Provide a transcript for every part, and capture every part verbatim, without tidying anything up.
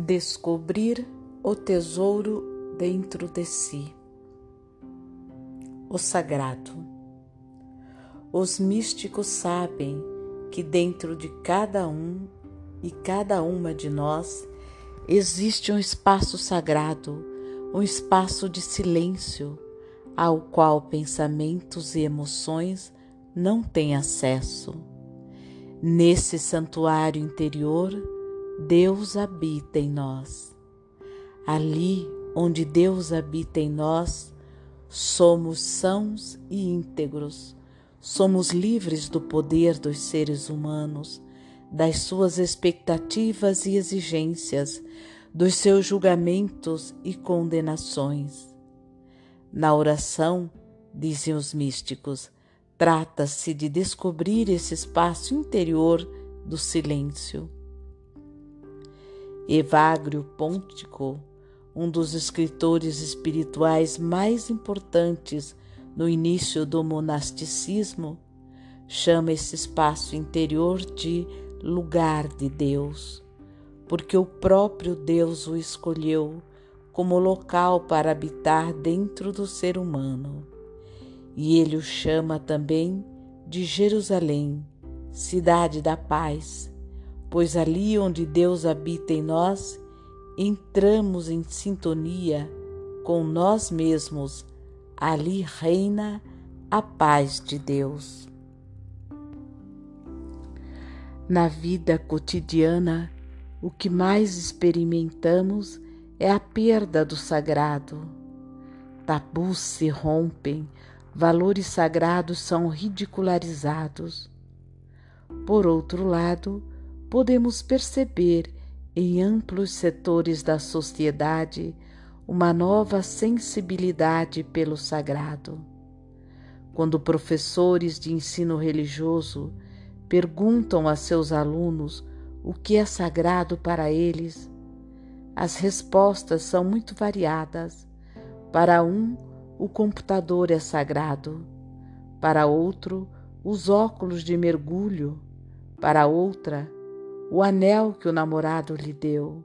Descobrir o tesouro dentro de si. O sagrado. Os místicos sabem que dentro de cada um e cada uma de nós existe um espaço sagrado, um espaço de silêncio, ao qual pensamentos e emoções não têm acesso. Nesse santuário interior, Deus habita em nós. Ali onde Deus habita em nós, somos sãos e íntegros, somos livres do poder dos seres humanos, das suas expectativas e exigências, dos seus julgamentos e condenações. Na oração, dizem os místicos, trata-se de descobrir esse espaço interior do silêncio. Evagrio Póntico, um dos escritores espirituais mais importantes no início do monasticismo, chama esse espaço interior de lugar de Deus, porque o próprio Deus o escolheu como local para habitar dentro do ser humano. E ele o chama também de Jerusalém, cidade da paz, pois ali onde Deus habita em nós, entramos em sintonia com nós mesmos, ali reina a paz de Deus. Na vida cotidiana, o que mais experimentamos é a perda do sagrado. Tabus se rompem, valores sagrados são ridicularizados. Por outro lado, podemos perceber em amplos setores da sociedade uma nova sensibilidade pelo sagrado. Quando professores de ensino religioso perguntam a seus alunos o que é sagrado para eles, as respostas são muito variadas. Para um, o computador é sagrado. Para outro, os óculos de mergulho. Para outra, o anel que o namorado lhe deu.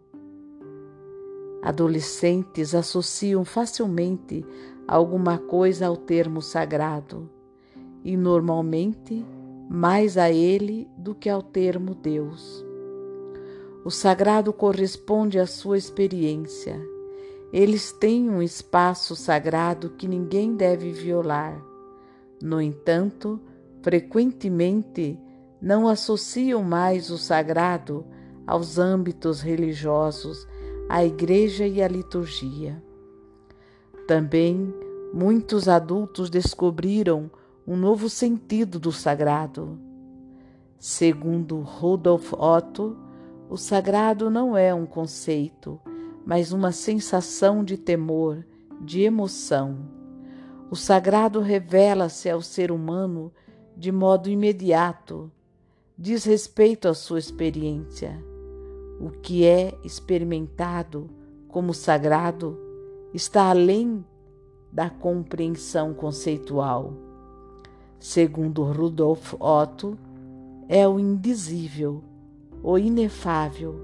Adolescentes associam facilmente alguma coisa ao termo sagrado e normalmente mais a ele do que ao termo Deus. O sagrado corresponde à sua experiência. Eles têm um espaço sagrado que ninguém deve violar. No entanto, frequentemente não associam mais o sagrado aos âmbitos religiosos, à igreja e à liturgia. Também muitos adultos descobriram um novo sentido do sagrado. Segundo Rudolf Otto, o sagrado não é um conceito, mas uma sensação de temor, de emoção. O sagrado revela-se ao ser humano de modo imediato, diz respeito à sua experiência. O que é experimentado como sagrado está além da compreensão conceitual. Segundo Rudolf Otto, é o indizível, o inefável.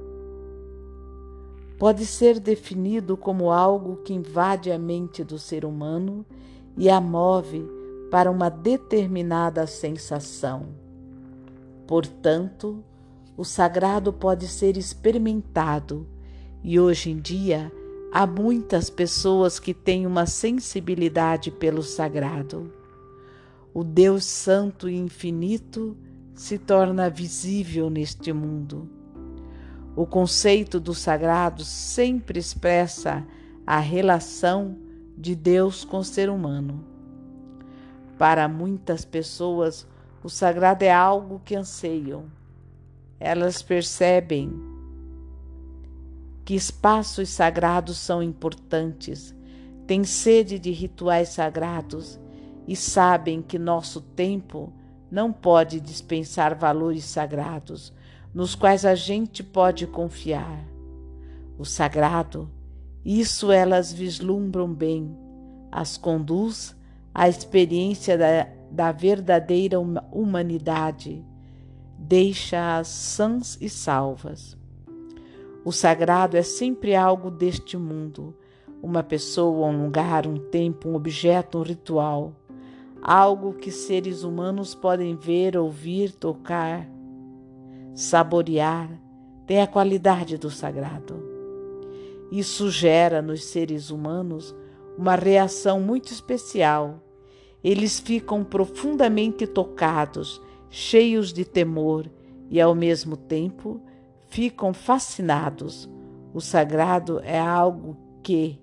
Pode ser definido como algo que invade a mente do ser humano e a move para uma determinada sensação. Portanto, o sagrado pode ser experimentado e hoje em dia há muitas pessoas que têm uma sensibilidade pelo sagrado. O Deus Santo e Infinito se torna visível neste mundo. O conceito do sagrado sempre expressa a relação de Deus com o ser humano. Para muitas pessoas, o sagrado é algo que anseiam. Elas percebem que espaços sagrados são importantes, têm sede de rituais sagrados e sabem que nosso tempo não pode dispensar valores sagrados, nos quais a gente pode confiar. O sagrado, isso elas vislumbram bem, as conduz à experiência da, da verdadeira humanidade, deixa-as sãs e salvas. O sagrado é sempre algo deste mundo, uma pessoa, um lugar, um tempo, um objeto, um ritual, algo que seres humanos podem ver, ouvir, tocar, saborear, tem a qualidade do sagrado. Isso gera nos seres humanos uma reação muito especial. Eles ficam profundamente tocados, cheios de temor e, ao mesmo tempo, ficam fascinados. O sagrado é algo que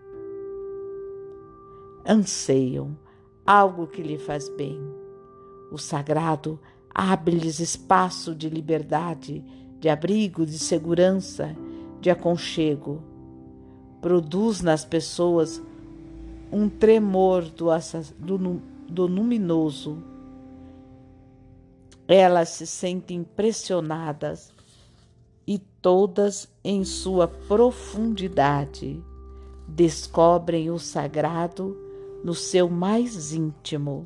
anseiam, algo que lhe faz bem. O sagrado abre-lhes espaço de liberdade, de abrigo, de segurança, de aconchego. Produz nas pessoas um tremor do, do, do luminoso. Elas se sentem pressionadas e todas em sua profundidade descobrem o sagrado no seu mais íntimo.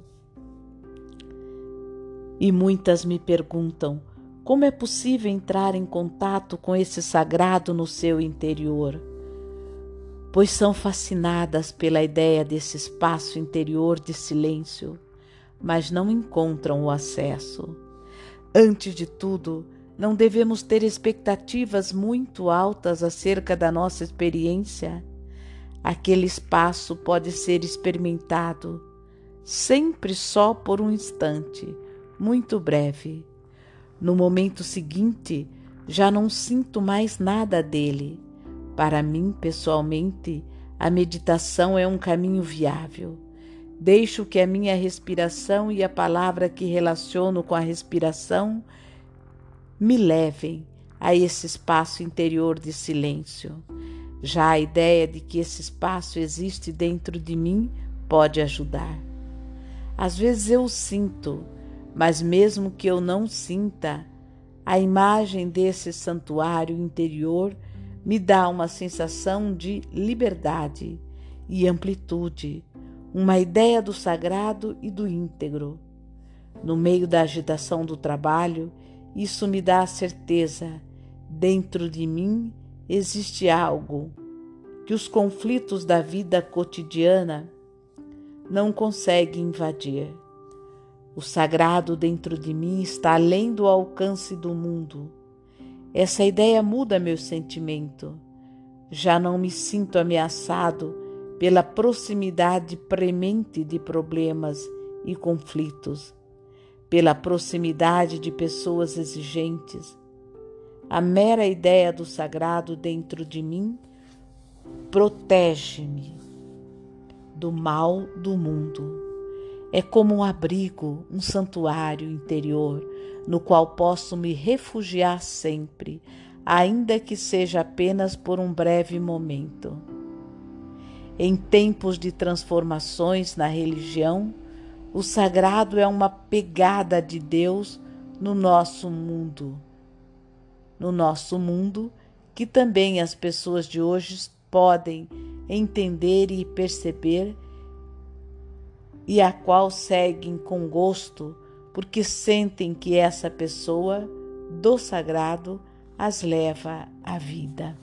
E muitas me perguntam como é possível entrar em contato com esse sagrado no seu interior, pois são fascinadas pela ideia desse espaço interior de silêncio, mas não encontram o acesso. Antes de tudo, não devemos ter expectativas muito altas acerca da nossa experiência. Aquele espaço pode ser experimentado sempre só por um instante, muito breve. No momento seguinte, já não sinto mais nada dele. Para mim, pessoalmente, a meditação é um caminho viável. Deixo que a minha respiração e a palavra que relaciono com a respiração me levem a esse espaço interior de silêncio. Já a ideia de que esse espaço existe dentro de mim pode ajudar. Às vezes eu o sinto, mas mesmo que eu não sinta, a imagem desse santuário interior me dá uma sensação de liberdade e amplitude, uma ideia do sagrado e do íntegro. No meio da agitação do trabalho, isso me dá a certeza, dentro de mim existe algo que os conflitos da vida cotidiana não conseguem invadir. O sagrado dentro de mim está além do alcance do mundo. Essa ideia muda meu sentimento. Já não me sinto ameaçado pela proximidade premente de problemas e conflitos, pela proximidade de pessoas exigentes. A mera ideia do sagrado dentro de mim protege-me do mal do mundo. É como um abrigo, um santuário interior, no qual posso me refugiar sempre, ainda que seja apenas por um breve momento. Em tempos de transformações na religião, o sagrado é uma pegada de Deus no nosso mundo. No nosso mundo, que também as pessoas de hoje podem entender e perceber, e a qual seguem com gosto, porque sentem que essa pessoa do sagrado as leva à vida.